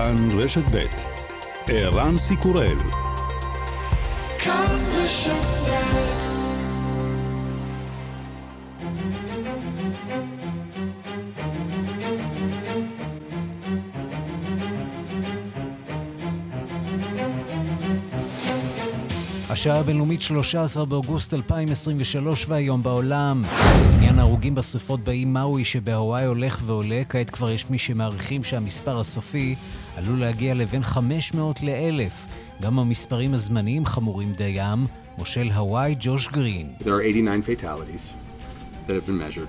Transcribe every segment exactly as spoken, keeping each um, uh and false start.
כאן רשת ב' ערן סיקורל. כאן רשת ב'. השעה הבינלאומית שלושה עשר באוגוסט אלפיים עשרים ושלוש והיום בעולם. עניין ההרוגים בשריפות באי מאוי שבהוואי הולך ועולה. כעת כבר יש מי שמעריכים שהמספר הסופי עלול להגיע לבין חמש מאות לאלף. גם המספרים הזמניים חמורים דיים. מושל הוואי ג'וש גרין. There are eighty-nine fatalities that have been measured.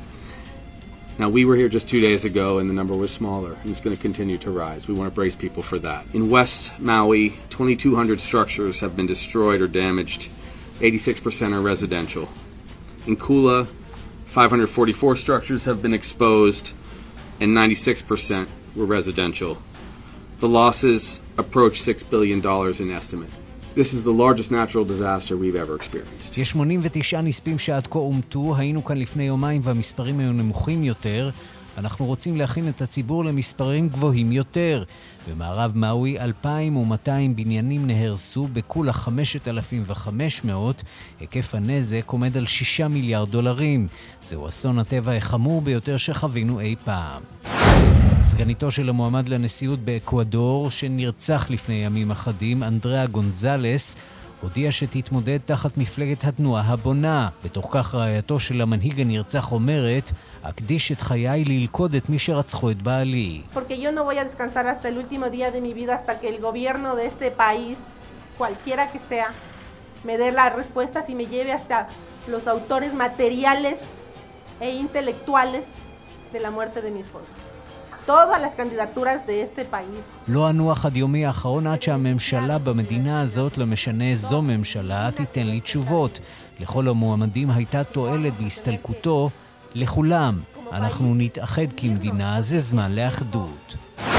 Now, we were here just two days ago and the number was smaller, and it's going to continue to rise. We want to brace people for that. In West Maui, twenty-two hundred structures have been destroyed or damaged. eighty-six percent are residential. In Kula, five hundred forty-four structures have been exposed, and ninety-six percent were residential. The losses approach six billion dollars in estimate. This is the largest natural disaster we've ever experienced. יש שמונים ותשעה נספים שעד כה אומתו. היינו כאן לפני יומיים והמספרים היו נמוכים יותר. אנחנו רוצים להכין את הציבור למספרים גבוהים יותר. במערב מאוי אלפיים ומאתיים בניינים נהרסו, בכולה חמשת אלפים וחמש מאות. היקף הנזק עומד על שישה מיליארד דולרים. זהו אסון הטבע החמור ביותר שחווינו אי פעם. סגניתו של המועמד לנשיאות באקוודור, שנרצח לפני ימים אחדים, אנדריה גונזלס, הודיע שתתמודד תחת מפלגת התנועה הבונה. בתוך כך רעייתו של המנהיג הנרצח אומרת, אקדיש את חיי ללכוד את מי שרצחו את בעלי. Porque yo no voy a descansar hasta el último día de mi vida hasta que el gobierno de este país, cualquiera que sea, me dé las respuestas y me lleve hasta los autores materiales e intelectuales de la muerte de mi esposo. todas las candidaturas de este país. לא הנוח עד יומי האחרון עד שהממשלה במדינה הזאת, למשנה זו ממשלה, תיתן לי תשובות. לכל המועמדים הייתה תועלת בהסתלקותו. לכולם, אנחנו נתאחד כמדינה, זה זמן לאחדות.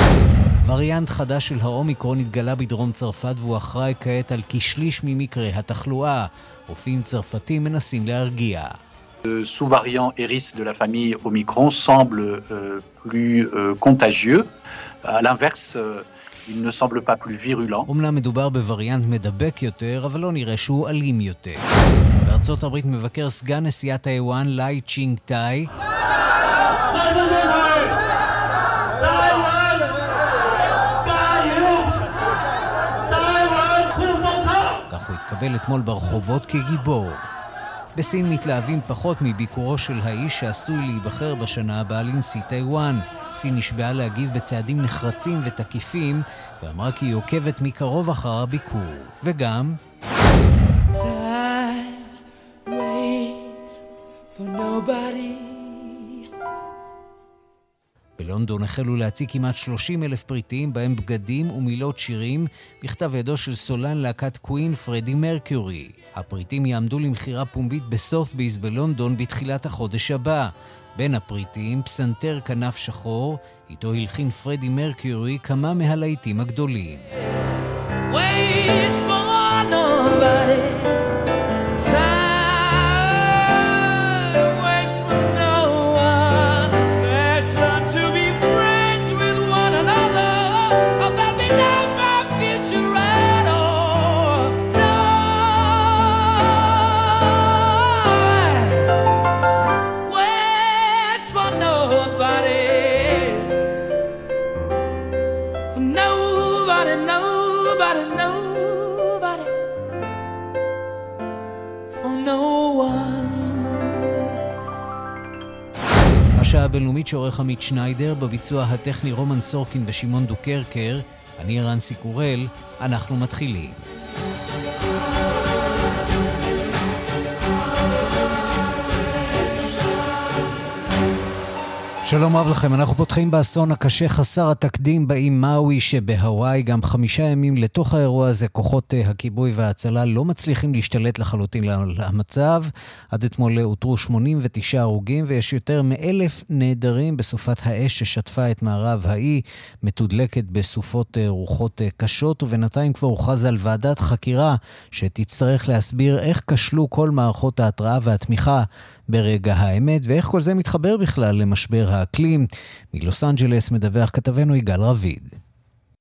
וריאנט חדש של האומיקרון התגלה בדרום צרפת והוא אחראי כעת על כשליש ממקרי התחלואה. רופאים צרפתים מנסים להרגיע. Le sous-variant Eris de la famille Omicron semble euh, plus euh, contagieux. À l'inverse, euh, il ne semble pas plus virulent. אומנם מדובר בווריאנט מדבק יותר, אבל לא נראה שהוא אלים יותר. בארצות הברית מבקר סגן נשיאת טייוואן לאי צ'ינג טאי. כך הוא התקבל אתמול ברחובות כגיבור. בסין מתלהבים פחות מביקורו של האיש שעשוי להיבחר בשנה הבאה לנשיא טייוואן. סין נשבעה להגיב בצעדים נחרצים ותקיפים, ואמרה כי היא עוקבת מקרוב אחר הביקור. וגם Time waits for nobody. בלונדון החלו להציג כמעט שלושים אלף פריטים, בהם בגדים ומילות שירים, בכתב ידו של סולן להקת קווין פרדי מרקיורי. הפריטים יעמדו למחירה פומבית בסות'ביז בלונדון בתחילת החודש הבא. בין הפריטים, פסנתר כנף שחור, איתו הלחין פרדי מרקיורי כמה מהלהיטים הגדולים. Waits for nobody. השעה הבינלאומית שעורך עמית שניידר, בביצוע הטכני רומן סורקין ושימון דוקרקר. אני ערן סיקורל, אנחנו מתחילים. שלום רב לכם, אנחנו פותחים באסון הקשה חסר התקדים באי מאוי שבהוואי. גם חמישה ימים לתוך האירוע הזה כוחות הכיבוי וההצלה לא מצליחים להשתלט לחלוטין למצב. עד אתמול אותרו שמונים ותשעה הרוגים ויש יותר מאלף נעדרים בסופת האש ששטפה את מערב האי, מתודלקת בסופות רוחות קשות, ובינתיים כבר הוכרז על ועדת חקירה שתצטרך להסביר איך כשלו כל מערכות ההתראה והתמיכה ברגע האמת, ואיך כל זה מתחבר בכלל למשבר האקלים. מלוס אנג'לס מדווח כתבנו יגאל רביד.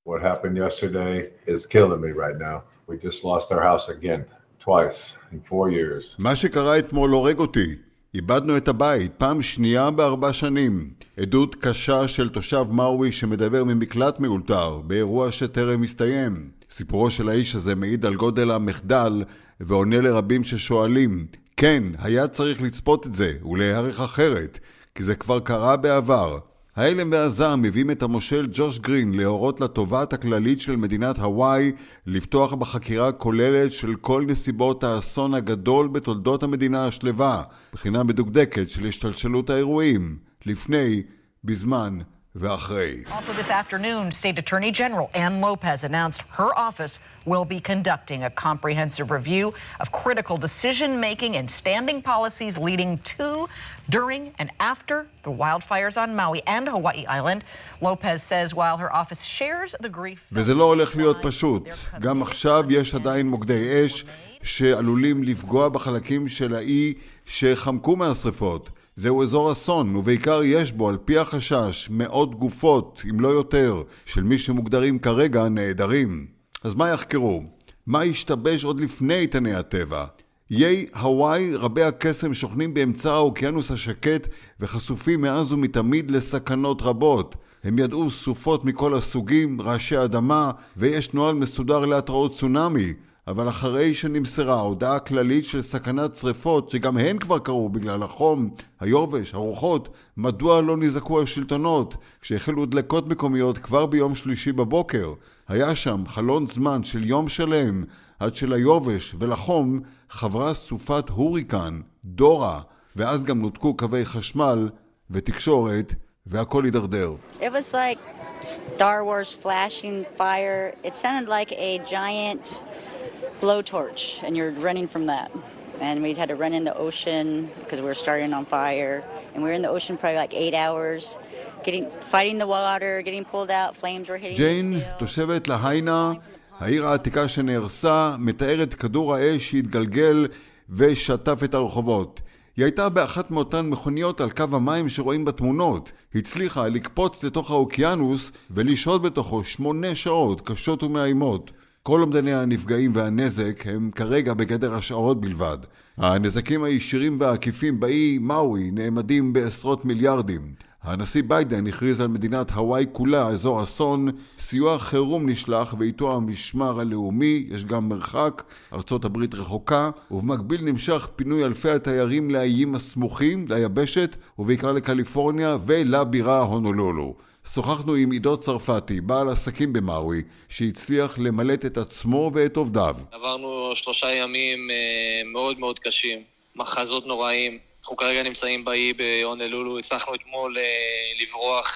What happened yesterday is killing me right now. We just lost our house again, twice in four years. מה שקרה אתמול הורג אותי. איבדנו את הבית, פעם שנייה בארבע שנים. עדות קשה של תושב מאוי שמדבר ממקלט מאולתר, באירוע שטרם מסתיים. סיפורו של האיש הזה מעיד על גודל המחדל, ועונה לרבים ששואלים, כן, היה צריך לצפות את זה, ולהערך אחרת, כי זה כבר קרה בעבר. האלם והזעם מביאים את המושל ג'וש גרין להורות לטובת הכללית של מדינת הוואי לפתוח בחקירה כוללת של כל נסיבות האסון הגדול בתולדות המדינה השלווה, בחינה מדוקדקת של השתלשלות האירועים, לפני, בזמן ואחרי. Also this afternoon, State Attorney General Ann Lopez announced her office will be conducting a comprehensive review of critical decision-making and standing policies leading to, during, and after the wildfires on Maui and Hawaii Island. Lopez says while her office shares the grief... וזה לא הולך להיות פשוט. גם עכשיו יש עדיין מוקדי אש שעלולים לפגוע בחלקים של האי שחמקו מהשריפות. זהו אזור אסון, ובעיקר יש בו, על פי החשש, מאות גופות, אם לא יותר, של מי שמוגדרים כרגע נעדרים. אז מה יחקרו? מה ישתבש עוד לפני איתני הטבע? איי הוואי רבי הקסם שוכנים באמצע האוקיינוס השקט וחשופים מאז ומתמיד לסכנות רבות. הם ידעו סופות מכל הסוגים, רעשי אדמה, ויש נוהל מסודר להתראות צונמי. אבל אחרי שנמסרה הודעה כללית של סכנת שריפות, שגם הן כבר קרו בגלל החום, היובש, הרוחות, מדוע לא נזעקו השלטונות, כשהחלו דלקות מקומיות כבר ביום שלישי בבוקר? היה שם חלון זמן של יום שלם, עד שליובש ולחום חברה סופת הוריקן, דורה, ואז גם נותקו קווי חשמל ותקשורת, והכל הידרדר. It was like Star Wars flashing fire. It sounded like a giant blowtorch, and you're running from that. And we had to run in the ocean because we were starting on fire. And we were in the ocean probably like eight hours, getting fighting the water, getting pulled out, flames were hitting the ג'יין, תושבת להיינה, העיר העתיקה שנהרסה, מתארת כדור האש שהתגלגל ושטף את הרחובות. היא הייתה באחת מאותן מכוניות על קו המים שרואים בתמונות. הצליחה לקפוץ לתוך האוקיינוס ולשהות בתוכו שמונה שעות קשות ומאיימות. כל עמדני הנפגעים והנזק הם כרגע בגדר השערות בלבד. הנזקים הישירים והעקיפים באי מאוי נאמדים בעשרות מיליארדים. הנשיא ביידן הכריז על מדינת הוואי כולה אזור אסון, סיוע חירום נשלח ואיתו המשמר הלאומי, יש גם מרחק, ארצות הברית רחוקה, ובמקביל נמשך פינוי אלפי התיירים לאיים הסמוכים, ליבשת ובעיקר לקליפורניה ולבירה הונולולו. שוחחנו עם עידו צרפתי, בעל עסקים במאוי, שהצליח למלט את עצמו ואת עובדיו. עברנו שלושה ימים מאוד מאוד קשים, מחזות נוראים. אנחנו כרגע נמצאים באי בהונולולו, הצלחנו אתמול לברוח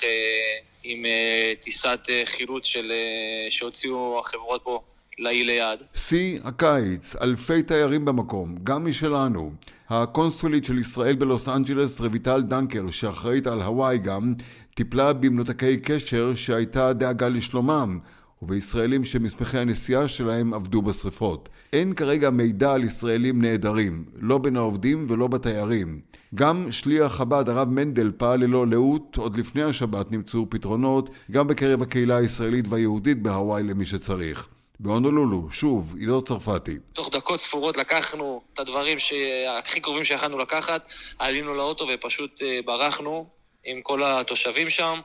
עם טיסת חילוץ של שהוציאו החברות בו לאי ליד. שיא הקיץ, אלפי תיירים במקום, גם משלנו. הקונסולית של ישראל בלוס אנג'לס, רויטל דנקר, שאחראית על הוואי גם, טיפלה במנותקי קשר שהייתה דאגה לשלומם, ובישראלים שמסמכי הנסיעה שלהם עבדו בשריפות. אין כרגע מידע על ישראלים נהדרים, לא בין העובדים ולא בתיירים. גם שליח חב"ד הרב מנדל פעל ללא לאות, עוד לפני השבת נמצאו פתרונות, גם בקרב הקהילה הישראלית והיהודית בהוואי למי שצריך. בהונולולו, שוב, עידו צרפתי. תוך דקות ספורות לקחנו את הדברים שהכי קרובים שיכולנו לקחת, עלינו לאוטו ופשוט ברחנו עם כל התושבים שם.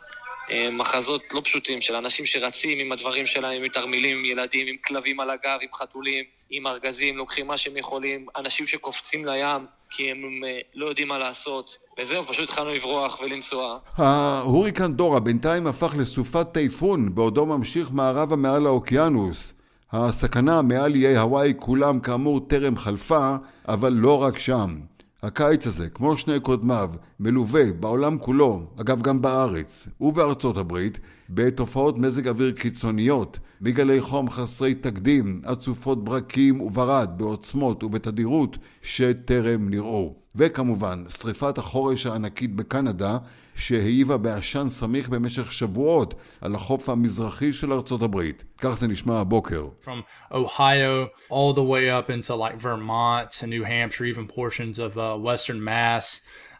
מחזות לא פשוטים של אנשים שרצים עם הדברים שלהם, עם תרמילים, עם ילדים, עם כלבים על הגב, עם חתולים, עם ארגזים, לוקחים מה שהם יכולים, אנשים שקופצים לים כי הם לא יודעים מה לעשות, וזהו, פשוט התחלנו לברוח ולנסוע. ההוריקן דורה בינתיים הפך לסופת טייפון בעודו ממשיך מערבה מעל האוקיינוס. הסכנה מעל איי הוואי כולם כאמור טרם חלפה, אבל לא רק שם. הקיץ הזה, כמו שני קודמיו, מלווה בעולם כולו, אגב גם בארץ ובארצות הברית, בתופעות מזג אוויר קיצוניות, מגלי חום חסרי תקדים, עצופות ברקים וברד, בעוצמות ובתדירות שטרם נראו. וכמובן, שריפת החורש הענקית בקנדה, שהעיבה בעשן סמיך במשך שבועות על החוף המזרחי של ארצות הברית. כך זה נשמע הבוקר. From Ohio all the way up into like Vermont to New Hampshire, even portions of uh, Western Mass.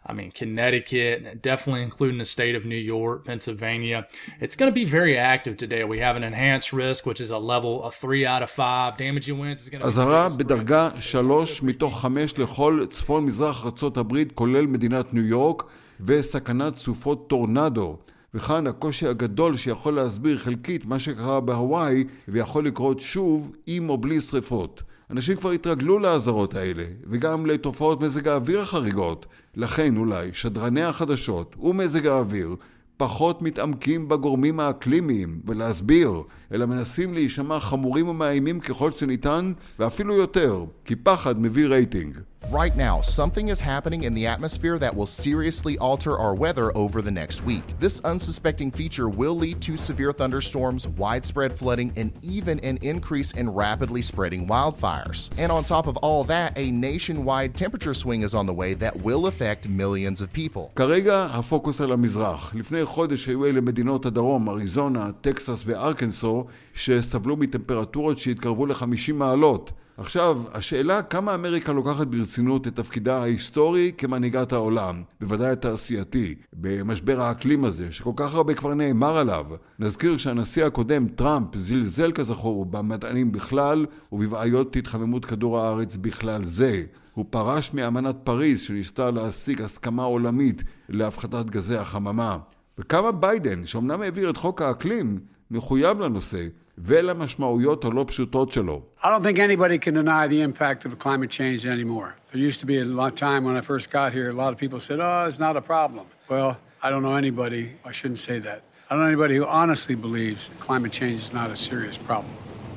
I mean, Connecticut, definitely including the state of New York, Pennsylvania. It's going to be very active today. We have an enhanced risk, which is a level of three out of five. Damaging winds is going to be... אזהרה בדרגה שלוש מתוך חמש לכל צפון מזרח ארצות הברית, כולל מדינת ניו יורק, וסכנת סופות טורנדו. וכאן הקושי הגדול שיכול להסביר חלקית מה שקרה בהוואי, ויכול לקרות שוב עם או בלי שריפות. אנשים כבר התרגלו לאזהרות האלה, וגם לתופעות מזג האוויר החריגות. לכן אולי שדרני החדשות ומזג האוויר פחות מתעמקים בגורמים האקלימיים ולהסביר, אלא מנסים להישמע חמורים ומאיימים ככל שניתן, ואפילו יותר, כי פחד מביא רייטינג. Right now, something is happening in the atmosphere that will seriously alter our weather over the next week. This unsuspecting feature will lead to severe thunderstorms, widespread flooding, and even an increase in rapidly spreading wildfires. And on top of all that, a nationwide temperature swing is on the way that will affect millions of people. כרגע הפוקוס על המזרח. לפני חודש היו אלה מדינות הדרום, אריזונה, טקסס וארקנסו, שסבלו מטמפרטורות שהתקרבו ל-חמישים מעלות. עכשיו, השאלה כמה אמריקה לוקחת ברצינות את תפקידה ההיסטורי כמנהיגת העולם, בוודאי התעשייתי, במשבר האקלים הזה, שכל כך הרבה כבר נאמר עליו. נזכיר שהנשיא הקודם, טראמפ, זלזל כזכור במדענים בכלל, ובבעיות התחממות כדור הארץ בכלל זה. הוא פרש מאמנת פריז שניסתה להשיג הסכמה עולמית להפחתת גזי החממה. וכמה ביידן, שאומנם העביר את חוק האקלים, מחויב לנושא, ולמשמעויות הלא פשוטות שלו. I don't think anybody can deny the impact of climate change anymore. There used to be a lot of time when I first got here, a lot of people said, oh, it's not a problem. Well, I don't know anybody, I shouldn't say that. I don't know anybody who honestly believes climate change is not a serious problem.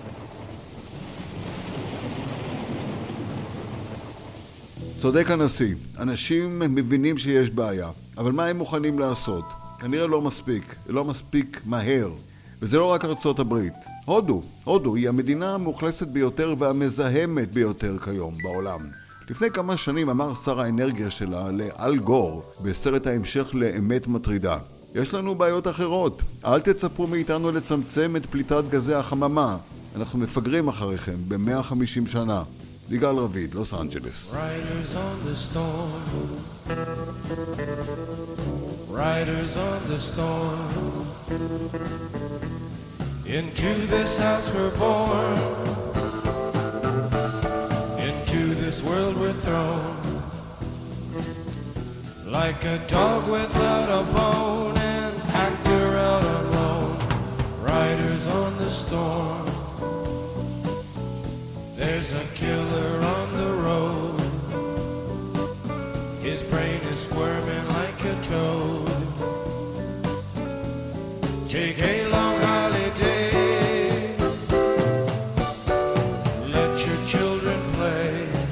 צודק הנשיא, אנשים מבינים שיש בעיה, אבל מה הם מוכנים לעשות? כנראה לא מספיק, לא מספיק מהר. וזה לא רק ארצות הברית. הודו, הודו היא המדינה המאוכלסת ביותר והמזהמת ביותר כיום בעולם. לפני כמה שנים אמר שר האנרגיה שלה לאל גור בסרט ההמשך לאמת מטרידה. יש לנו בעיות אחרות. אל תצפו מאיתנו לצמצם את פליטת גזי החממה. אנחנו מפגרים אחריכם ב-מאה וחמישים שנה. יגאל רביד, לוס אנג'לס. Riders on the storm. Riders on the storm. Into this house we're born. Into this world we're thrown. Like a dog without a bone, an actor out alone. Riders on the storm. There's a killer on the road. His brain is squirming like a toad. Take a long holiday. Let your children play.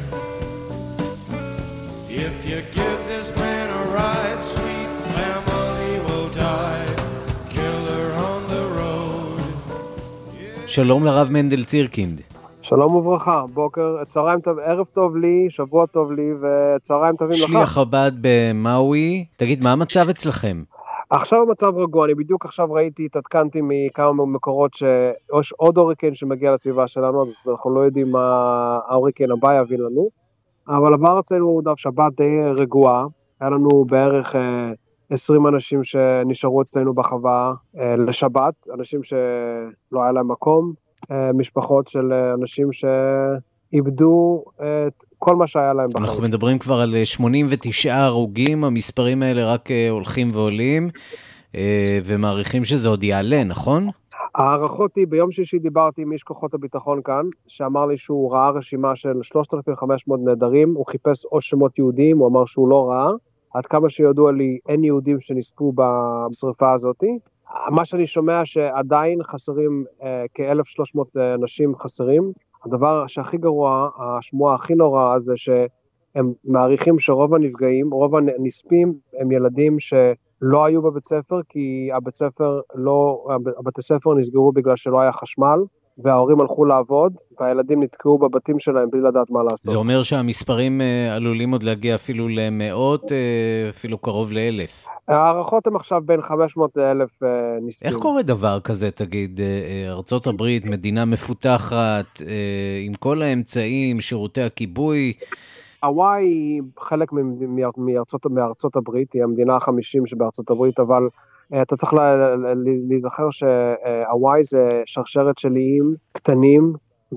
If you give this man a ride, sweet family will die. Killer on the road. שלום לרב מנדל צירקינד. שלום וברכה, בוקר, צהריים טוב, ערב טוב לי, שבוע טוב לי וצהריים טובים לך. שליח חב"ד במאווי, תגיד, מה המצב אצלכם? עכשיו המצב רגוע, אני בדיוק עכשיו ראיתי, התעדכנתי מכמה מקורות שיש עוד הוריקן שמגיע לסביבה שלנו, אז אנחנו לא יודעים מה ההוריקן הבא יביא לנו, אבל עבר אצלנו דף שבת די רגועה, היה לנו בערך עשרים אנשים שנשארו אצלנו בחווה לשבת, אנשים שלא היה להם מקום, משפחות של אנשים שאיבדו את כל מה שהיה להם בחיים. אנחנו מדברים כבר על שמונים ותשעה הרוגים, המספרים האלה רק הולכים ועולים, ומעריכים שזה עוד יעלה, נכון? הערכות היא, ביום שישי דיברתי עם איש כוחות הביטחון כאן, שאמר לי שהוא ראה רשימה של שלושת אלפים וחמש מאות נעדרים, הוא חיפש עוד שמות יהודים, הוא אמר שהוא לא ראה, עד כמה שידוע לי אין יהודים שנספו בשריפה הזאת, מה שאני שומע שעדיין חסרים אה, כ-אלף ושלוש מאות אנשים חסרים, הדבר שהכי גרוע, השמועה הכי נורא זה שהם מעריכים שרוב הנפגעים, רוב הנספים הם ילדים שלא היו בבית ספר, כי הבית ספר לא, הבתי ספר נסגרו בגלל שלא היה חשמל, וההורים הלכו לעבוד, והילדים נתקעו בבתים שלהם בלי לדעת מה לעשות. זה אומר שהמספרים עלולים עוד להגיע אפילו למאות, אפילו קרוב לאלף. הערכות הן עכשיו בין חמש מאות לאלף נספים. איך קורה דבר כזה, תגיד, ארצות הברית, מדינה מפותחת, עם כל האמצעים, שירותי הכיבוי, הוואי היא חלק מארצות, מארצות הברית, היא המדינה החמישים שבארצות הברית, אבל אתה צריך להיזכר שהוואי זה שרשרת של איים קטנים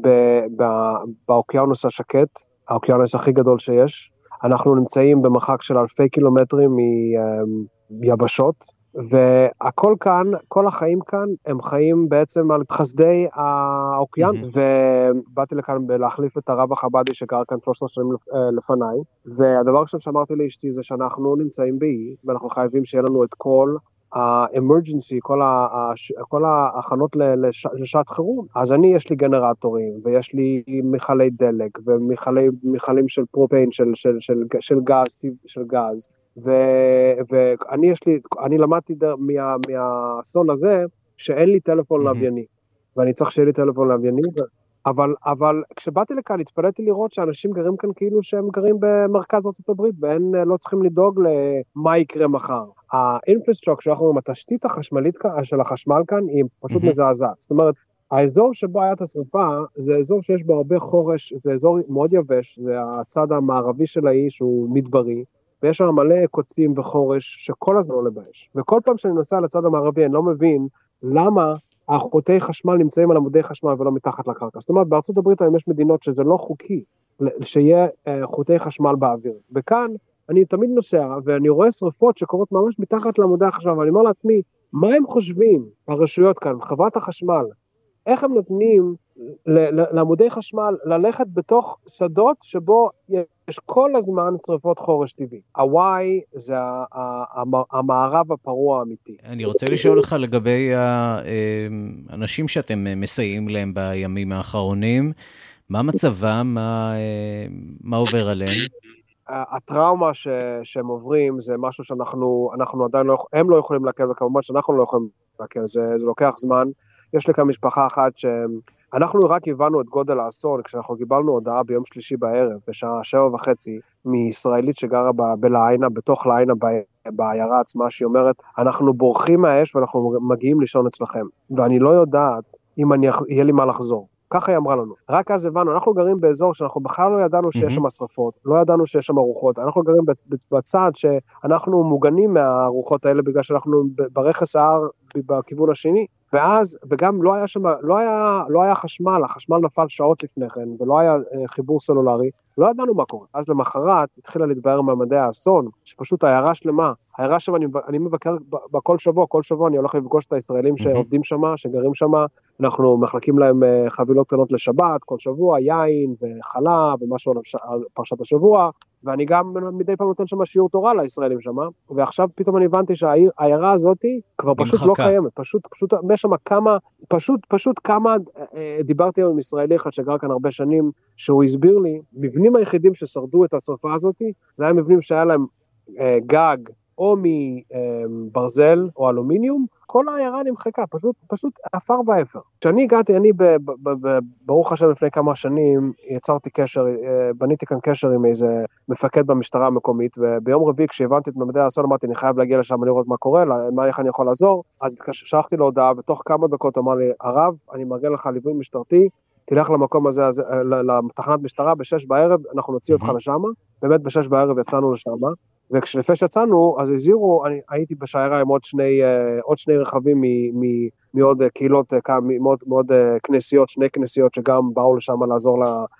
באוקיינוס השקט, האוקיינוס הכי גדול שיש. אנחנו נמצאים במרחק של אלפי קילומטרים מיבשות, והכל כאן, כל החיים כאן, הם חיים בעצם על חסדי האוקיינוס, ובאתי לכאן להחליף את הרב החבדי שגר כאן שלושת עשרה שנים לפניי, והדבר ראשון שאמרתי לאשתי זה שאנחנו נמצאים באי, ואנחנו חייבים שיהיה לנו את כל האמרג'נסי, כל, כל ההכנות לשעת חירום. אז אני, יש לי גנרטורים, ויש לי מיכלי דלק, ומיכלים של פרופיין, של, של, של, של גז, של גז, ואני יש לי, אני למדתי מה, מהאסון הזה, שאין לי טלפון לווייני, ואני צריך שיהיה לי טלפון לווייני, אבל, אבל כשבאתי לכאן, התפלאתי לראות שאנשים גרים כאן כאילו שהם גרים במרכז ארצות הברית, והם לא צריכים לדאוג למה יקרה מחר. האינפרסטרקצ'ר, שאנחנו אומרים, התשתית החשמלית של החשמל כאן, היא פשוט מזעזעת. זאת אומרת, האזור שבו היה את השריפה, זה אזור שיש בו הרבה חורש, זה אזור מאוד יבש, זה הצד המערבי של האי שהוא מדברי, ויש שם מלא קוצים וחורש שכל הזמן עולה באש. וכל פעם שאני נוסע לצד המערבי, אני לא מבין למה החוטי חשמל נמצאים על עמודי חשמל ולא מתחת לקרקע. זאת אומרת, בארצות הברית היום יש מדינות שזה לא חוקי, שיהיה חוטי חשמל באוויר. וכאן אני תמיד נוסע, ואני רואה שריפות שקורות ממש מתחת לעמודי החשמל, ואני אומר לעצמי, מה הם חושבים, הרשויות כאן, חברת החשמל, איך הם נותנים לעמודי חשמל ללכת בתוך שדות שבו יש כל הזמן שריפות חורש טבעי. הוואי זה המערב הפרוע האמיתי. אני רוצה לשאול אותך לגבי האנשים שאתם מסייעים להם בימים האחרונים, מה מצבם, מה, מה עובר עליהם? הטראומה ש, שהם עוברים זה משהו שאנחנו אנחנו עדיין לא, הם לא יכולים להקל, וכמובן שאנחנו לא יכולים להקל, זה, זה לוקח זמן. יש לי כאן משפחה אחת שאנחנו רק הבנו את גודל האסון, כשאנחנו קיבלנו הודעה ביום שלישי בערב, בשעה שבע וחצי, מישראלית שגרה בלעינה, בתוך לעינה בעיירה עצמה, שהיא אומרת, אנחנו בורחים מהאש ואנחנו מגיעים לישון אצלכם, ואני לא יודעת אם אני, יהיה לי מה לחזור. ככה היא אמרה לנו. רק אז הבנו, אנחנו גרים באזור שאנחנו בכלל לא ידענו שיש שם שרפות, לא ידענו שיש שם ארוחות, אנחנו גרים בצד שאנחנו מוגנים מהארוחות האלה, בגלל שאנחנו ברכס ההר בכיוון השני, ואז, וגם לא היה שם, לא היה, לא היה חשמל, החשמל נפל שעות לפני כן, ולא היה חיבור סלולרי, לא ידענו מה קורה. אז למחרת התחילה להתבהר ממדי האסון, שפשוט העיירה שלמה, העיירה שם, אני, אני מבקר בכל שבוע, כל שבוע אני הולך לפגוש את הישראלים שעובדים שם, שגרים שם, אנחנו מחלקים להם חבילות קטנות לשבת, כל שבוע, יין וחלב ומשהו על פרשת השבוע, ואני גם מדי פעם נותן שם שיעור תורה לישראלים שם, ועכשיו פתאום אני הבנתי שהעיירה הזאת כבר פשוט לא קיימת, פשוט, פשוט, יש שם כמה, פשוט, פשוט כמה, דיברתי עם ישראלי אחד שגר כאן הרבה שנים, שהוא הסביר לי, מבנים היחידים ששרדו את השרפה הזאת, זה היה מבנים שהיה להם אה, גג, או מברזל או אלומיניום, כל העיירה נמחקה, פשוט, פשוט אפר ואפר. כשאני הגעתי, אני ב, ב, ב, ברוך השם לפני כמה שנים, יצרתי קשר, בניתי כאן קשר עם איזה מפקד במשטרה המקומית, וביום רביעי כשהבנתי את ממדי האסון, אמרתי, אני חייב להגיע לשם לראות מה קורה, מה, איך אני יכול לעזור, אז שלחתי לו הודעה, ותוך כמה דקות אמר לי, הרב, אני מארגן לך ליווי משטרתי, תלך למקום הזה, לתחנת משטרה, בשש בערב, אנחנו נוציא אותך לשם, באמת בשש בערב יצאנו לשם, וכשלפי שיצאנו, אז הזהירו, אני הייתי בשיירה עם עוד שני, עוד שני רכבים מעוד קהילות, מאוד, מאוד כנסיות, שני כנסיות שגם באו לשם לעזור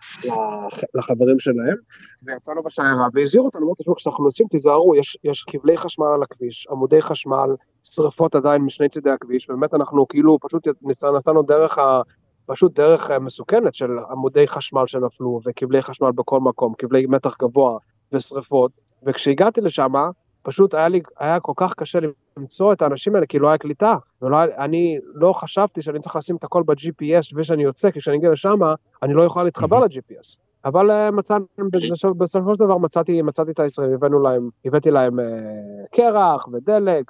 לחברים שלהם, ויצאנו בשיירה, והזהירו אותנו, אמרתי, כשאנחנו נוסעים, תיזהרו, יש, יש כבלי חשמל על הכביש, עמודי חשמל, שריפות עדיין משני צידי הכביש, באמת אנחנו כאילו פשוט נסענו דרך ה... פשוט דרך מסוכנת של עמודי חשמל שנפלו, וכבלי חשמל בכל מקום, כבלי מתח גבוה ושריפות, וכשהגעתי לשם, פשוט היה לי, היה כל כך קשה למצוא את האנשים האלה, כי לא היה קליטה, ולא, אני לא חשבתי שאני צריך לשים את הכל ב-ג'י פי אס, ושאני יוצא, כי כשאני אגיע לשם, אני לא יכול להתחבר ל-ג'י פי אס. אבל מצאנו, בסופו של דבר מצאתי, מצאתי את הישראלים, הבאנו להם, הבאתי להם קרח ודלק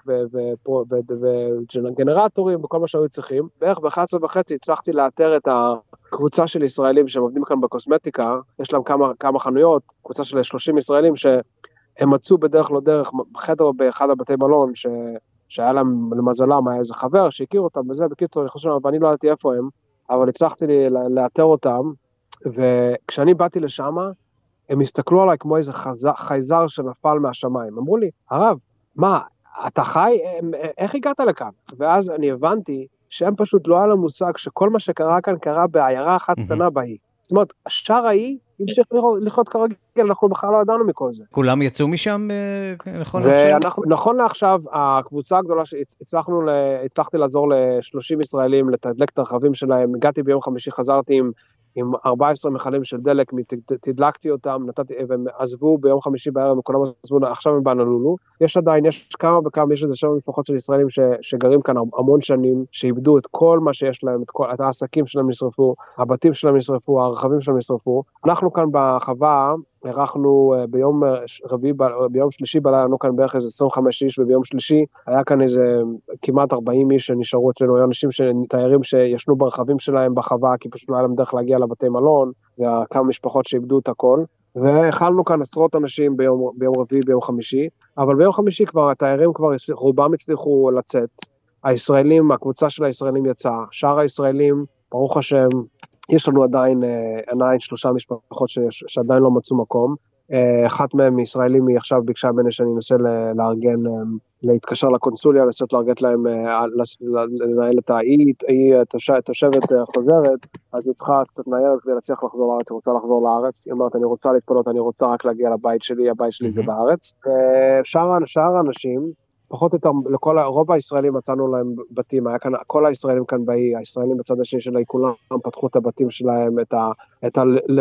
וגנרטורים וכל מה שהיו צריכים. בערך ב-אחת עשרה וחצי הצלחתי לאתר את הקבוצה של ישראלים שהם עובדים כאן בקוסמטיקה, יש להם כמה, כמה חנויות, קבוצה של שלושים ישראלים שהם מצאו בדרך לא דרך חדר באחד הבתי מלון, ש... שהיה להם למזלם, היה איזה חבר שהכיר אותם וזה, בקיצור, אני חושב, ואני לא ידעתי איפה הם, אבל הצלחתי לאתר אותם, וכשאני באתי לשם, הם הסתכלו עליי כמו איזה חז... חייזר שנפל מהשמיים. אמרו לי, הרב, מה, אתה חי? איך הגעת לכאן? ואז אני הבנתי שהם פשוט לא היה להם מושג שכל מה שקרה כאן קרה בעיירה אחת קטנה בהיא. זאת אומרת, השאר ההיא המשיך לחיות כרגיל, אנחנו בכלל לא ידענו מכל זה. כולם יצאו משם נכון לעכשיו? נכון לעכשיו, הקבוצה הגדולה שהצלחנו, הצלחתי לעזור ל-שלושים ישראלים לתדלק את הרכבים שלהם, הגעתי ביום חמישי, חזרתי עם עם ארבעה עשר מכלים של דלק, תדלקתי אותם, נתתי, והם עזבו ביום חמישי בערב, וכולם עזבו, עכשיו הם בנלולו. יש עדיין, יש כמה וכמה, יש איזה שבע משפחות של ישראלים ש, שגרים כאן המון שנים, שאיבדו את כל מה שיש להם, את, כל, את העסקים שלהם נשרפו, הבתים שלהם נשרפו, הרכבים שלהם נשרפו. אנחנו כאן בחווה, ערכנו ביום רביעי, ביום שלישי בלילה, לנו כאן בערך איזה עשרים וחמישה איש, וביום שלישי היה כאן איזה כמעט ארבעים איש שנשארו אצלנו, היו אנשים, תיירים שישנו ברכבים שלהם בחווה, כי פשוט לא היה להם דרך להגיע לבתי מלון, וכמה משפחות שאיבדו את הכל, והחלנו כאן עשרות אנשים ביום, ביום רביעי, ביום חמישי, אבל ביום חמישי כבר, התיירים כבר, רובם הצליחו לצאת, הישראלים, הקבוצה של הישראלים יצאה, שאר הישראלים, ברוך השם, יש לנו עדיין, עדיין שלושה משפחות ש, שעדיין לא מצאו מקום, אחת מהם ישראלים היא עכשיו ביקשה ממני שאני אנסה לארגן, להתקשר לקונסוליה, לנסות לארגן להם, לנהל את האי, היא תושבת חוזרת, אז היא צריכה קצת נהל כדי להצליח לחזור לארץ, היא רוצה לחזור לארץ, היא אומרת אני רוצה להתפנות, אני רוצה רק להגיע לבית שלי, הבית שלי זה בארץ, שאר האנשים, פחות או יותר, לכל, רוב הישראלים מצאנו להם בתים, היה כאן, כל הישראלים כאן באי, הישראלים בצד השני של האי, כולם פתחו את הבתים שלהם, את ה, את ה,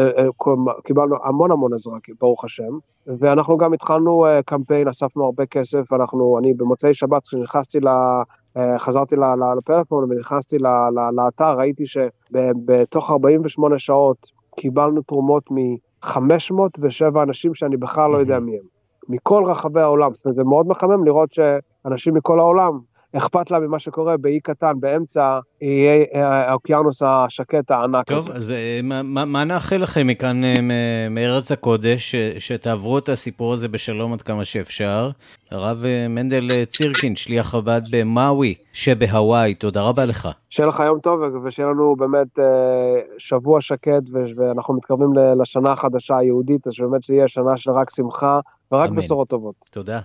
קיבלנו המון המון עזרה, ברוך השם, ואנחנו גם התחלנו קמפיין, אספנו הרבה כסף, אנחנו, אני במוצאי שבת, כשנכנסתי ל, חזרתי לפלאפון, ונכנסתי לאתר, ראיתי שבתוך ארבעים ושמונה שעות, קיבלנו תרומות מ-חמש מאות ושבע אנשים שאני בכלל לא יודע מי הם. מכל רחבי העולם, זאת אומרת, זה מאוד מחמם לראות שאנשים מכל העולם, אכפת לה ממה שקורה באי קטן, באמצע, יהיה האוקיינוס השקט הענק טוב, הזה. טוב, אז מה, מה נאחל לכם מכאן מארץ הקודש, שתעברו את הסיפור הזה בשלום עד כמה שאפשר. הרב מנדל צירקין, שליח חב"ד במאווי, שבהוואי, תודה רבה לך. שיהיה לך יום טוב, ושיהיה לנו באמת שבוע שקט, ואנחנו מתקרבים לשנה החדשה היהודית, אז שבאמת זה יהיה שנה של רק שמחה, ורק אמן. בשורות טובות. תודה.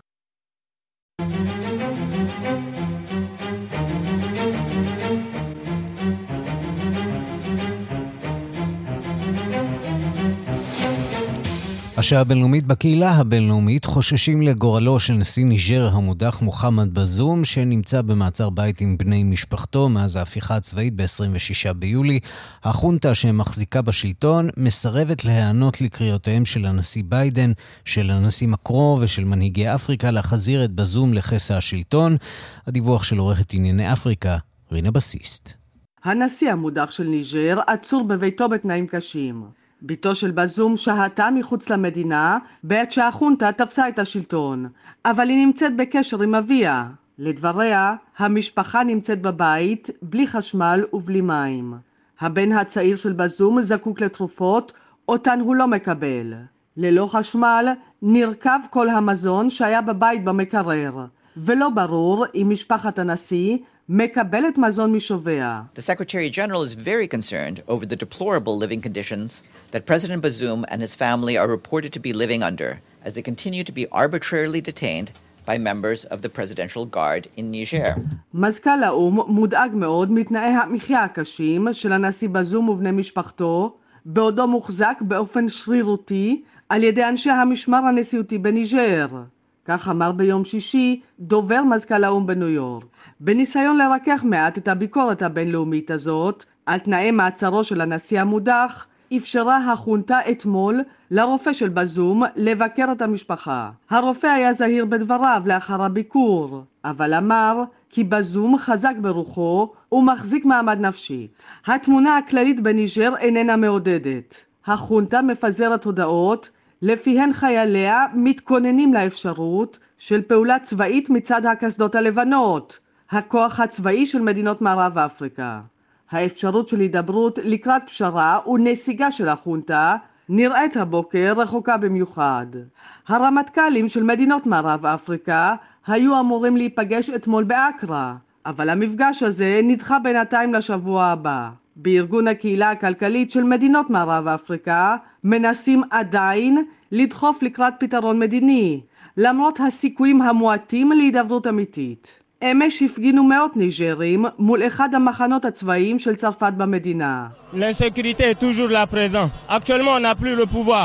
השעה הבינלאומית בקהילה הבינלאומית חוששים לגורלו של נשיא ניג'ר המודח מוחמד בזום, שנמצא במעצר בית עם בני משפחתו מאז ההפיכה הצבאית ב-עשרים ושישה ביולי. החונטה שמחזיקה בשלטון מסרבת להיענות לקריאותיהם של הנשיא ביידן, של הנשיא מקרו ושל מנהיגי אפריקה להחזיר את בזום לכס השלטון. הדיווח של עורכת ענייני אפריקה, רינה בסיסט. הנשיא המודח של ניג'ר עצור בביתו בתנאים קשים. ביתו של בזום שהתה מחוץ למדינה בעת שהחונטה תפסה את השלטון, אבל היא נמצאת בקשר עם אביה. לדבריה, המשפחה נמצאת בבית בלי חשמל ובלי מים. הבן הצעיר של בזום זקוק לתרופות, אותן הוא לא מקבל. ללא חשמל נרכב כל המזון שהיה בבית במקרר, ולא ברור אם משפחת הנשיא מקבלת מזון משובע. The Secretary General is very concerned over the deplorable living conditions that President Bazoum and his family are reported to be living under as they continue to be arbitrarily detained by members of the Presidential Guard in Niger. מזכ"ל האו"ם מודאג מאוד מתנאי המחיה הקשים של הנשיא בזום ובני משפחתו, בעודו מוחזק באופן שרירותי על ידי אנשי המשמר הנשיאותי בניג'ר. כך אמר ביום שישי דובר מזכ"ל האו"ם בניו יורק. בניסיון לרכך מעט את הביקורת הבינלאומית הזאת על תנאי מעצרו של הנשיא המודח, אפשרה החונטה אתמול לרופא של בזום לבקר את המשפחה. הרופא היה זהיר בדבריו לאחר הביקור, אבל אמר כי בזום חזק ברוחו ומחזיק מעמד נפשי. התמונה הכללית בניג'ר איננה מעודדת. החונטה מפזרת הודעות לפיהן חייליה מתכוננים לאפשרות של פעולה צבאית מצד הקסדות הלבנות, הכוח הצבאי של מדינות מערב אפריקה. האפשרות של הידברות לקראת פשרה ונסיגה של החונטה נראית הבוקר רחוקה במיוחד. הרמטכ"לים של מדינות מערב אפריקה היו אמורים להיפגש אתמול באקרה, אבל המפגש הזה נדחה בינתיים לשבוע הבא. בארגון הקהילה הכלכלית של מדינות מערב אפריקה מנסים עדיין לדחוף לקראת פתרון מדיני, למרות הסיכויים המועטים להידברות אמיתית. אמש הפגינו מאות ניג'רים מול אחד המחנות הצבאיים של צרפת במדינה. L'insécurité est toujours là présent. Actuellement, on n'a plus le pouvoir.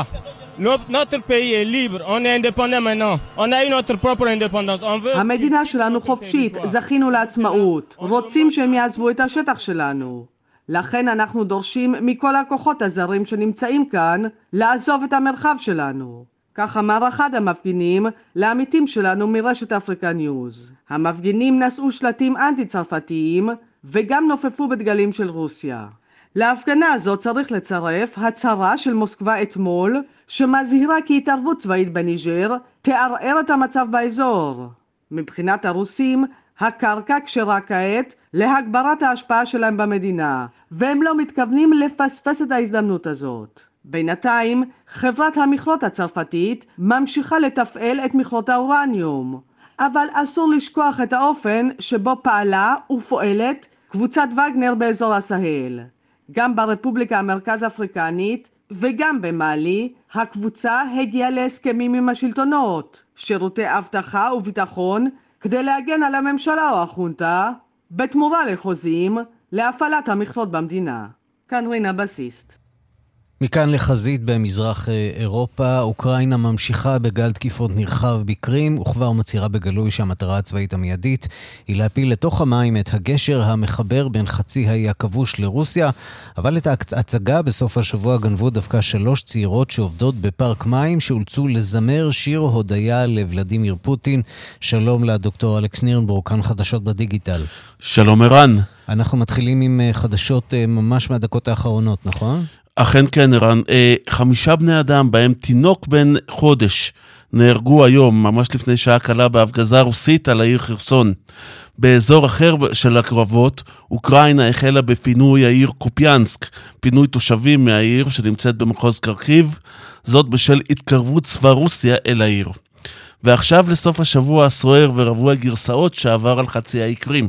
Notre pays est libre, on est indépendant maintenant. On a eu notre propre indépendance. On veut... המדינה שלנו חופשית, זכינו לעצמאות. רוצים שהם יעזבו את השטח שלנו. לכן אנחנו דורשים מכל הכוחות הזרים שנמצאים כאן לעזוב את המרחב שלנו. כך אמר אחד המפגינים לעמיתים שלנו מרשת אפריקה ניוז. המפגינים נשאו שלטים אנטי-צרפתיים וגם נופפו בדגלים של רוסיה. להפגנה הזאת צריך לצרף הצהרה של מוסקבה אתמול שמזהירה כי התערבות צבאית בניג'ר תערער את המצב באזור. מבחינת הרוסים, הקרקע כשרה כעת להגברת ההשפעה שלהם במדינה, והם לא מתכוונים לפספס את ההזדמנות הזאת. בינתיים, חברת המכרות הצרפתית ממשיכה לתפעל את מכרות האורניום, אבל אסור לשכוח את האופן שבו פעלה ופועלת קבוצת וגנר באזור הסהל. גם ברפובליקה המרכז אפריקנית וגם במאלי, הקבוצה הגיעה להסכמים עם השלטונות, שירותי אבטחה וביטחון כדי להגן על הממשלה או החונטה, בתמורה לחוזים להפעלת המכרות במדינה. כאן רינה בסיסט. מכאן לחזית במזרח אירופה, אוקראינה ממשיכה בגל תקיפות נרחב בקרים, וכבר מצהירה בגלוי שהמטרה הצבאית המיידית היא להפיל לתוך המים את הגשר המחבר בין חצי האי הכבוש לרוסיה, אבל את ההצגה בסוף השבוע גנבו דווקא שלוש צעירות שעובדות בפארק מים, שאולצו לזמר שיר הודיה לוולדימיר פוטין. שלום לדוקטור אלכס נירנבורג, כאן חדשות בדיגיטל. שלום ערן. אנחנו מתחילים עם חדשות ממש מהדקות האחרונות, נכון? אכן כן, ערן. חמישה בני אדם, בהם תינוק בן חודש, נהרגו היום, ממש לפני שעה קלה, בהפגזה רוסית על העיר חרסון. באזור אחר של הקרבות, אוקראינה החלה בפינוי העיר קופיאנסק, פינוי תושבים מהעיר שנמצאת במחוז קרקיב, זאת בשל התקרבות צבא רוסיה אל העיר. ועכשיו לסוף השבוע הסוער ורבוע גרסאות שעבר על חצי האי קרים.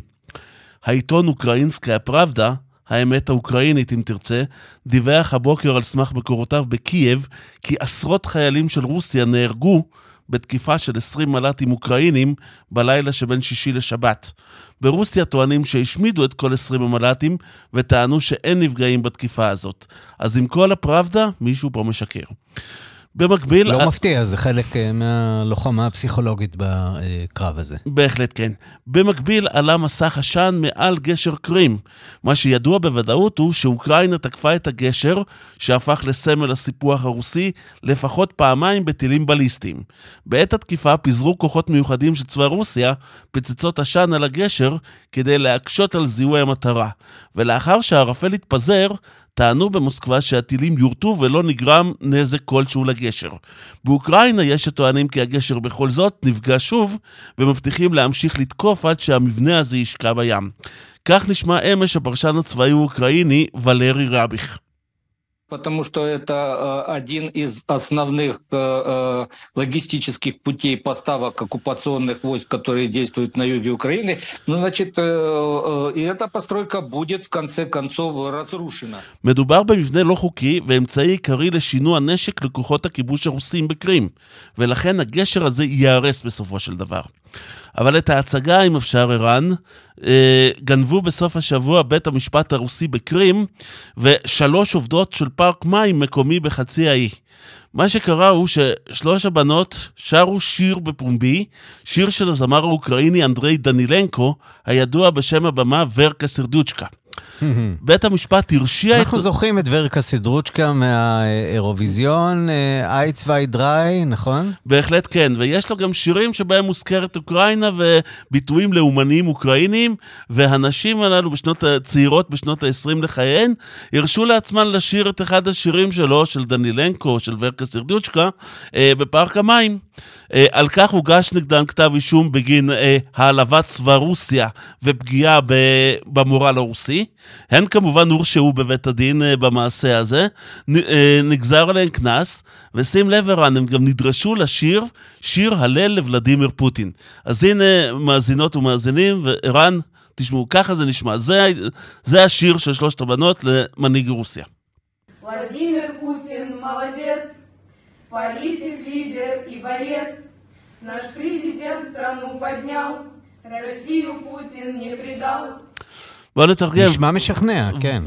העיתון אוקראינסקיה פראבדה, האמת האוקראינית אם תרצה, דיווח הבוקר על סמך מקורותיו בקייב, כי עשרות חיילים של רוסיה נהרגו בתקיפה של עשרים מל"טים אוקראינים בלילה שבין שישי לשבת. ברוסיה טוענים שהשמידו את כל עשרים המל"טים וטענו שאין נפגעים בתקיפה הזאת. אז עם כל הפראבדה, מישהו פה משקר. במקביל... לא מפתיע, זה חלק מהלוחמה הפסיכולוגית בקרב הזה. בהחלט כן. במקביל עלה מסך עשן מעל גשר קרים. מה שידוע בוודאות הוא שאוקראינה תקפה את הגשר, שהפך לסמל הסיפוח הרוסי, לפחות פעמיים בטילים בליסטיים. בעת התקיפה פיזרו כוחות מיוחדים של צבא רוסיה, פצצות עשן על הגשר, כדי להקשות על זיהוי המטרה. ולאחר שהערפל התפזר, טענו במוסקבה שהטילים יורטו ולא נגרם נזק כלשהו לגשר. באוקראינה יש שטוענים כי הגשר בכל זאת נפגע שוב, ומבטיחים להמשיך לתקוף עד שהמבנה הזה ישקע בים. כך נשמע אמש הפרשן הצבאי האוקראיני ולרי רביך. Потому что это один из основных логистических путей поставок оккупационных войск, которые действуют на юге Украины. Ну, значит, и эта постройка будет в конце концов разрушена. מדובר במבנה לא חוקי ואמצעי עיקרי לשינוע נשק לכוחות הכיבוש הרוסים בקרים, ולכן הגשר הזה ייהרס בסופו של דבר. אבל את ההצגה, אם אפשר ערן, גנבו בסוף השבוע בית המשפט הרוסי בקרים, ושלוש עובדות של פארק מים מקומי בחצי האי. מה שקרה הוא ששלוש הבנות שרו שיר בפומבי, שיר של הזמר האוקראיני אנדרי דנילנקו, הידוע בשם הבמה ורקה סרדוצ'קה. בית המשפט הרשיע... אנחנו זוכרים את ורקה סדרוצ'קה מהאירוויזיון, אייץ ואי דריי, נכון? בהחלט כן, ויש לו גם שירים שבהם מוזכרת אוקראינה וביטויים לאומניים אוקראינים, והנשים הללו בשנות הצעירות בשנות ה-עשרים לחייהן, הרשו לעצמן לשיר את אחד השירים שלו, של דנילנקו, של ורקה סרדוצ'קה, בפארק המים. על כך הוגש נגדן כתב אישום בגין העלבת צבא רוסיה ופגיעה במורל הרוסי. הן כמובן הורשעו בבית הדין במעשה הזה, נגזר עליהן כנס, ושים לב ערן, הם גם נדרשו לשיר שיר הלל לוולדימיר פוטין. אז הנה מאזינות ומאזינים, וערן, תשמעו, ככה זה נשמע. זה, זה השיר של שלושת הבנות למנהיג רוסיה. Владимир Путин молодец, политик, лидер и борец. Наш президент страну поднял, Россию Путин не предал. בוא נתרגם. נשמע משכנע, כן.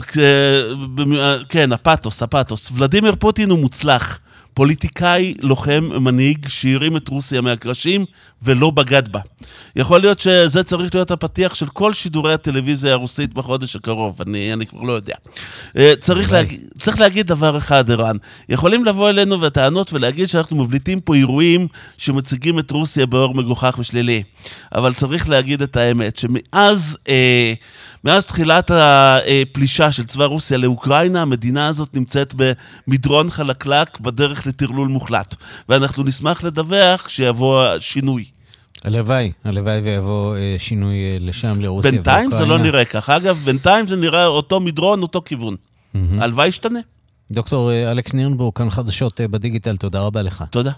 כן, הפאטוס, הפאטוס. ולדימיר פוטין הוא מוצלח. פוליטיקאי, לוחם, מנהיג, שהרים את רוסיה מהקרשים ולא בגד בה. יכול להיות שזה צריך להיות הפתיח של כל שידורי הטלוויזיה הרוסית בחודש הקרוב, אני, אני כבר לא יודע. צריך, להגיד, צריך להגיד דבר אחד, ערן. יכולים לבוא אלינו וטענות ולהגיד שאנחנו מבליטים פה אירועים שמציגים את רוסיה באור מגוחך ושלילי. אבל צריך להגיד את האמת, שמאז אה, מאז תחילת הפלישה של צבא רוסיה לאוקראינה, המדינה הזאת נמצאת במדרון חלקלק בדרך לטרלול מוחלט. ואנחנו נשמח לדווח שיבוא שינוי. הלוואי, הלוואי ויבוא שינוי לשם, לרוסיה ואוקראינה. בינתיים זה לא נראה כך. אגב, בינתיים זה נראה אותו מדרון, אותו כיוון. הלוואי ישתנה. דוקטור אלכס נירנבורג, כאן חדשות בדיגיטל, תודה רבה לך. תודה.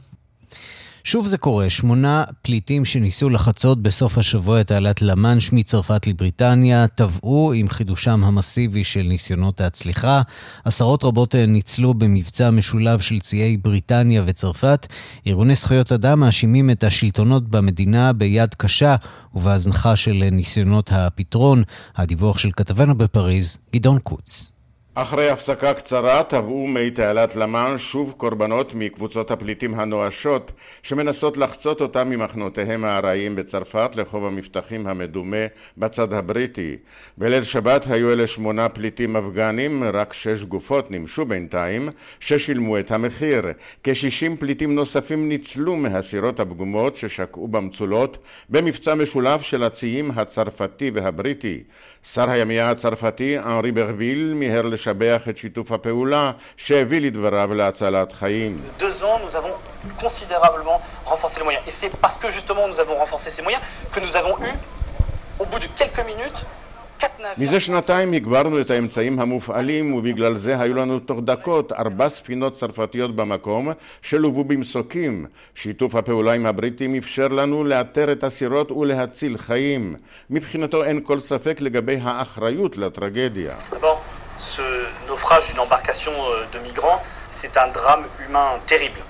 שוב זה קורה, שמונה פליטים שניסו לחצות בסוף השבוע את תעלת למאנש מצרפת לבריטניה, טבעו עם חידושם המסיבי של ניסיונות ההצליחה. עשרות רבות ניצלו במבצע משולב של ציי בריטניה וצרפת. ארגוני זכויות אדם מאשימים את השלטונות במדינה ביד קשה ובהזנחה של ניסיונות הפתרון. הדיווח של כתבנו בפריז, גדעון קוץ. אחרי הפסקה קצרה טבעו מי תעלת למאנש שוב קורבנות מקבוצות הפליטים הנואשות שמנסות לחצות אותם ממחנותיהם הארעיים בצרפת לחוב המבטחים המדומה בצד הבריטי. בליל שבת היו אלה שמונה פליטים אפגנים, רק שש גופות נמשו בינתיים ששילמו את המחיר. כ-שישים פליטים נוספים ניצלו מהסירות הפגומות ששקעו במצולות במבצע משולב של הציים הצרפתי והבריטי. שר הימייה הצרפתי אנרי ברוויל מיהר לשבח את שיתוף הפעולה שהביא לדבריו להצלת חיים. Deux ans, nous avons considérablement renforcé les moyens. Et c'est parce que justement nous avons renforcé ces moyens que nous avons eu, au bout de quelques minutes, מזה שנתיים הגברנו את האמצעים המופעלים ובגלל זה היו לנו תוך דקות ארבע ספינות צרפתיות במקום שלובו במסוקים. שיתוף הפעולה עם הבריטים אפשר לנו לאתר את הסירות ולהציל חיים. מבחינתו אין כל ספק לגבי האחריות לטרגדיה. D'abord, ce naufrage d'une embarcation de migrants, c'est un drame humain terrible.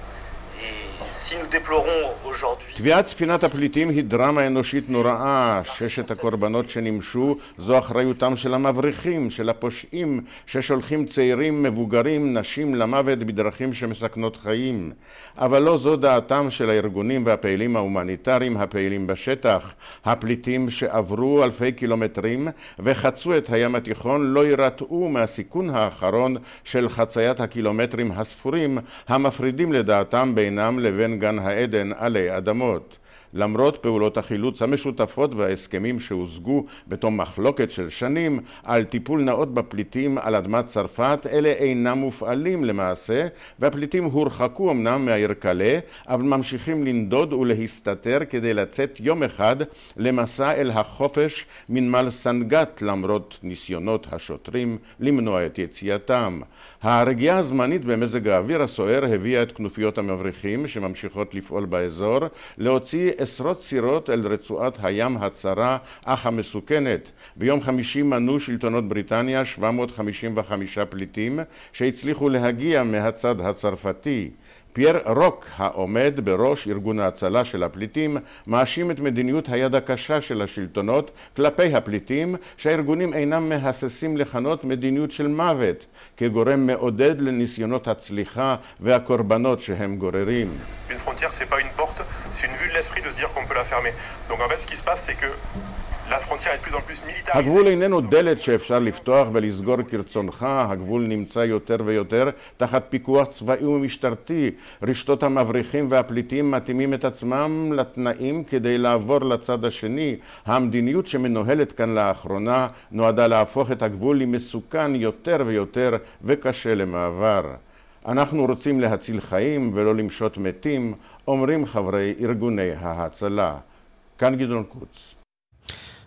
Si nous déplorons aujourd'hui... תביעת ספינת הפליטים היא דרמה אנושית נוראה. ששת הקורבנות שנמשו זו אחריותם של המבריחים, של הפושעים ששולחים צעירים, מבוגרים, נשים למוות בדרכים שמסכנות חיים. אבל לא זו דעתם של הארגונים והפעילים ההומניטריים הפעילים בשטח. הפליטים שעברו אלפי קילומטרים וחצו את הים התיכון לא ירתעו מהסיכון האחרון של חציית הקילומטרים הספורים המפרידים לדעתם בינם לבין גן העדן עלי אדמות. למרות פעולות החילוץ המשותפות וההסכמים שהושגו בתום מחלוקת של שנים על טיפול נאות בפליטים על אדמת צרפת, אלה אינם מופעלים למעשה, והפליטים הורחקו אמנם מהעיר קלה, אבל ממשיכים לנדוד ולהסתתר כדי לצאת יום אחד למסע אל החופש מנמל סנגת, למרות ניסיונות השוטרים למנוע את יציאתם. הרגיעה הזמנית במזג האוויר הסוער הביאה את כנופיות המבריחים שממשיכות לפעול באזור להוציא עשרות סירות אל רצועת הים הצרה אך המסוכנת. ביום חמישי מנו שלטונות בריטניה שבע מאות חמישים וחמישה פליטים שהצליחו להגיע מהצד הצרפתי. פייר רוק, העומד בראש ארגון ההצלה של הפליטים, מאשים את מדיניות היד הקשה של השלטונות כלפי הפליטים, שהארגונים אינם מהססים לכנות מדיניות של מוות, כגורם מעודד לניסיונות הצליחה והקורבנות שהם גוררים. Une frontière, c'est pas une porte, c'est une vue de l'esprit de se dire qu'on peut la fermer. Donc en fait, ce qui se passe, c'est que la frontière est de plus en plus militarisée. הגבול איננו דלת שאפשר לפתוח ולסגור כרצונך, הגבול נמצא יותר ויותר תחת פיקוח צבאי ומשטרתי. רשתות המבריחים והפליטים מתאימים את עצמם לתנאים כדי לעבור לצד השני. המדיניות שמנוהלת כאן לאחרונה נועדה להפוך את הגבול למסוכן יותר ויותר וקשה למעבר. אנחנו רוצים להציל חיים ולא למשות מתים, אומרים חברי ארגוני ההצלה. כאן גדעון קוץ.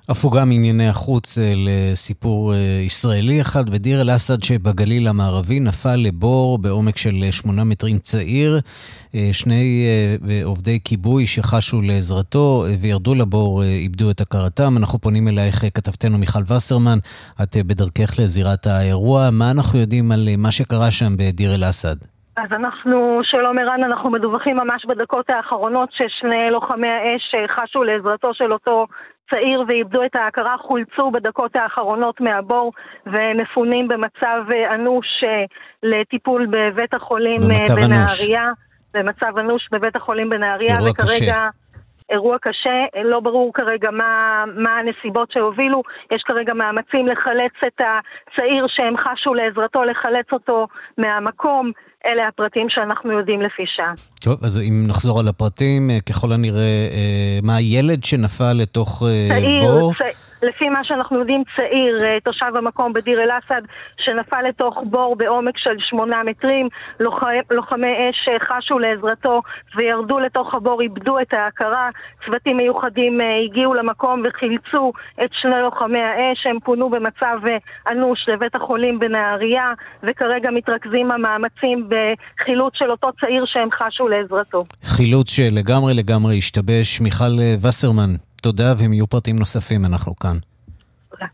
הפוגה מענייני החוץ לסיפור ישראלי אחד. בדיר אל אסד שבגליל המערבי נפל לבור בעומק של שמונה מטרים צעיר. שני עובדי כיבוי שחשו לעזרתו וירדו לבור איבדו את הכרתם. אנחנו פונים אלייך כתבתנו מיכל וסרמן, את בדרכך לזירת האירוע. מה אנחנו יודעים על מה שקרה שם בדיר אל אסד? אז אנחנו, שלום ערן, אנחנו מדווחים ממש בדקות האחרונות ששני לוחמי האש חשו לעזרתו של אותו צעיר ואיבדו את ההכרה, חולצו בדקות האחרונות מהבור ומפונים במצב אנוש לטיפול בבית החולים בנהריה. במצב אנוש בבית החולים בנהריה. אירוע וכרגע קשה. אירוע קשה, לא ברור כרגע מה, מה הנסיבות שהובילו. יש כרגע מאמצים לחלץ את הצעיר שהם חשו לעזרתו, לחלץ אותו מהמקום. אלה הפרטים שאנחנו יודעים לפי שעה. טוב, אז אם נחזור על הפרטים, ככל הנראה, מה הילד שנפל לתוך צעיר, בור? צעיר, לפי מה שאנחנו יודעים, צעיר, תושב המקום בדיר אל אסד, שנפל לתוך בור בעומק של שמונה מטרים, לוחמי אש חשו לעזרתו וירדו לתוך הבור, איבדו את ההכרה, צוותים מיוחדים הגיעו למקום וחילצו את שני לוחמי האש, הם פונו במצב אנוש לבית החולים בנהריה, וכרגע מתרכזים המאמצים בחילוץ של אותו צעיר שהם חשו לעזרתו. חילוץ שלגמרי לגמרי השתבש. מיכל וסרמן, תודה, והם יהיו פרטים נוספים, אנחנו כאן. תודה.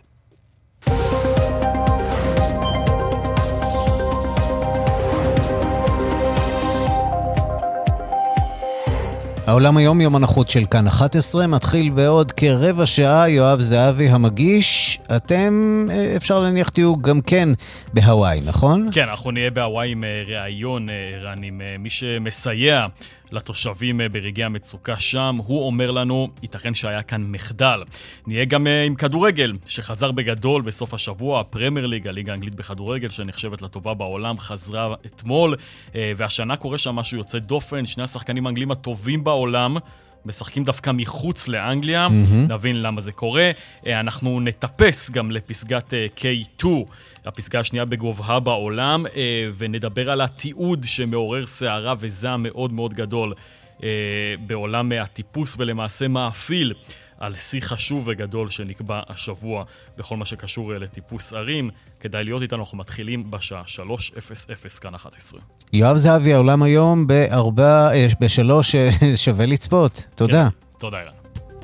העולם היום, יום הנחות של כאן אחת עשרה, מתחיל בעוד כרבע שעה. יואב זהבי המגיש, אתם אפשר להניח תהיו גם כן בהוואי, נכון? כן, אנחנו נהיה בהוואי עם ראיון, רן, עם מי שמסייע לתושבים ברגעי המצוקה שם. הוא אומר לנו, ייתכן שהיה כאן מחדל. נהיה גם עם כדורגל, שחזר בגדול בסוף השבוע. הפרמייר ליג, הליגה האנגלית בכדורגל, שנחשבת לטובה בעולם, חזרה אתמול, והשנה קורה שם משהו יוצא דופן. שני השחקנים האנגלים הטובים בעולם משחקים דווקא מחוץ לאנגליה. Mm-hmm. נבין למה זה קורה. אנחנו נטפס גם לפסגת קיי טו, הפסגה השנייה בגובהה בעולם, ונדבר על התיעוד שמעורר שערה וזעם מאוד מאוד גדול בעולם הטיפוס, ולמעשה מאפיל על שיא חשוב וגדול שנקבע השבוע בכל מה שקשור לטיפוס ערים. כדאי להיות איתנו, אנחנו מתחילים בשעה שלוש אפס אפס כאן אחת עשרה. יואב זהבי, העולם היום בארבע, בשלוש שווה לצפות. תודה. כן, תודה אילן.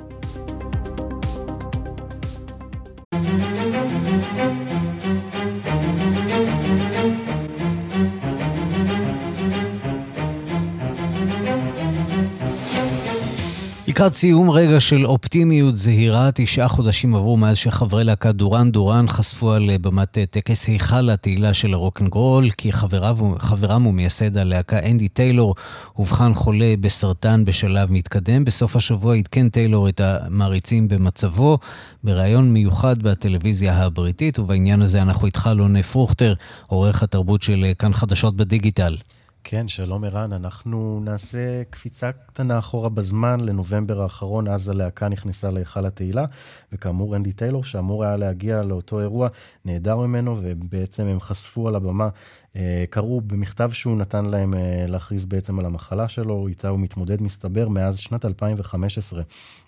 לקראת סיום, רגע של אופטימיות זהירה. תשעה חודשים עברו מאז שחברי להקת דורן דורן חשפו על במת טקס היכל התהילה של הרוקנרול, כי חברם ומייסד הלהקה אנדי טיילור הובחן חולה בסרטן בשלב מתקדם. בסוף השבוע עדכן טיילור את המעריצים במצבו בראיון מיוחד בטלוויזיה הבריטית, ובעניין הזה אנחנו איתך אלון פרוכטר, עורך התרבות של כאן חדשות בדיגיטל. כן, שלום ערן, אנחנו נעשה קפיצה קטנה אחורה בזמן לנובמבר האחרון, אז הלהקה נכנסה להיכל התהילה, וכאמור אנדי טיילור שאמור היה להגיע לאותו אירוע, נהדר ממנו, ובעצם הם חשפו על הבמה, קראו במכתב שהוא נתן להם להכריז בעצם על המחלה שלו, איתה הוא מתמודד מסתבר מאז שנת אלפיים וחמש עשרה,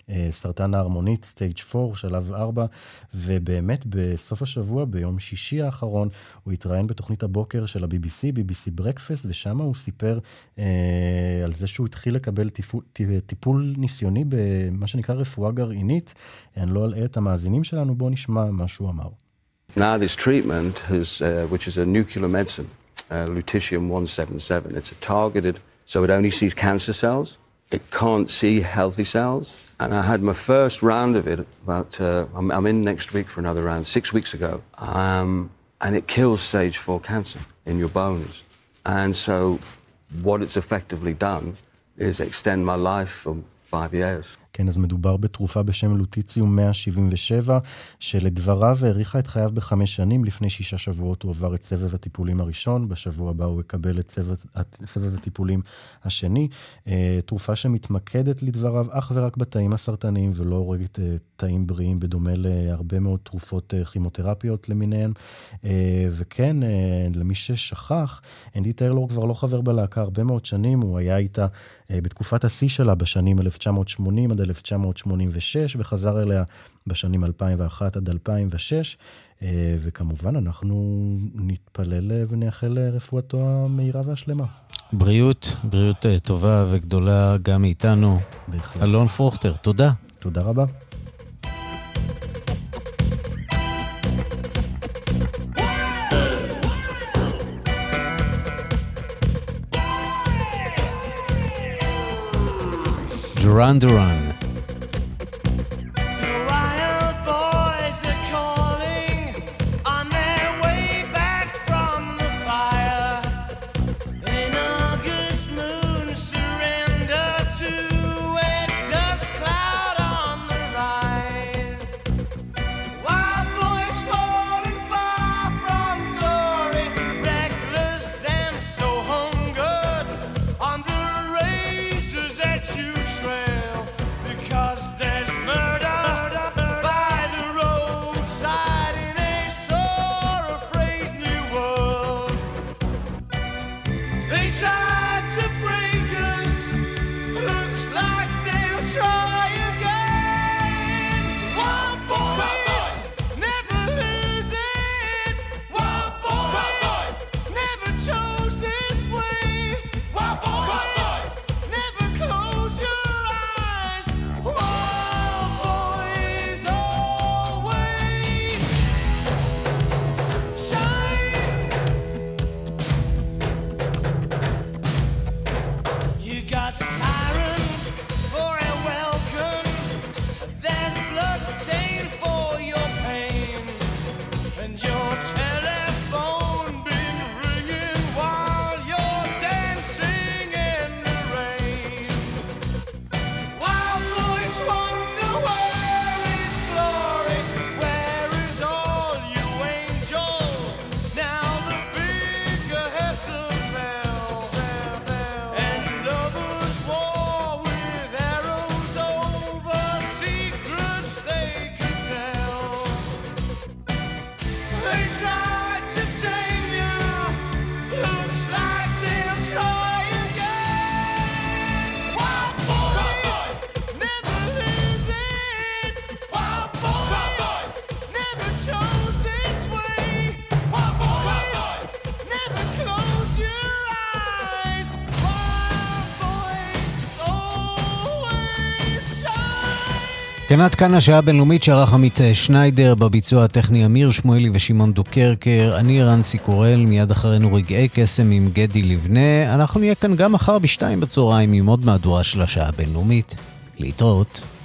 סרטן ההרמונית, סטייג' ארבע, שלב ארבע, ובאמת בסוף השבוע, ביום שישי האחרון, הוא התראיין בתוכנית הבוקר של ה-בי בי סי, בי בי סי ברקפסט, ושם הוא סיפר אה, על זה שהוא התחיל לקבל טיפול, טיפול ניסיוני במה שנקרא רפואה גרעינית. אני לא אלאה את המאזינים שלנו, בואו נשמע מה שהוא אמר. Now this treatment, has, uh, which is a nuclear medicine, uh, lutetium one seventy-seven, it's a targeted, so it only sees cancer cells. It can't see healthy cells. And I had my first round of it about, uh, I'm, I'm in next week for another round, six weeks ago. Um, and it kills stage four cancer in your bones. And so what it's effectively done is extend my life for five years. כן, אז מדובר בתרופה בשם לוטיציום מאה שבעים ושבע, שלדבריו העריכה את חייו בחמש שנים. לפני שישה שבועות הוא עבר את סבב הטיפולים הראשון, בשבוע הבא הוא יקבל את סבב, סבב הטיפולים השני. תרופה שמתמקדת לדבריו אך ורק בתאים הסרטניים, ולא הורגת תאים בריאים, בדומה להרבה מאוד תרופות כימותרפיות למיניהן. וכן, למי ששכח, אנדי טיילור כבר לא חבר בלהקה הרבה מאוד שנים, הוא היה איתה בתקופת השיא שלה בשנים אלף תשע מאות שמונים עד עד אלף תשע מאות שמונים ושש, וחזר אליה בשנים אלפיים ואחת עד אלפיים ושש, וכמובן אנחנו נתפלל ונאחל רפואתו המהירה והשלמה. בריאות, בריאות טובה וגדולה גם מאיתנו. בהחלט. אלון פרוכטר, תודה. תודה רבה. Duran Duran. כן, עד כאן השעה הבינלאומית שערך עמית שניידר, בביצוע הטכני אמיר שמואלי ושמעון דוקרקר. אני רנסי קורל, מיד אחרינו רגעי קסם עם גדי לבנה. אנחנו נהיה כאן גם מחר בשתיים בצהריים עם עוד מהדורה של השעה הבינלאומית. להתראות.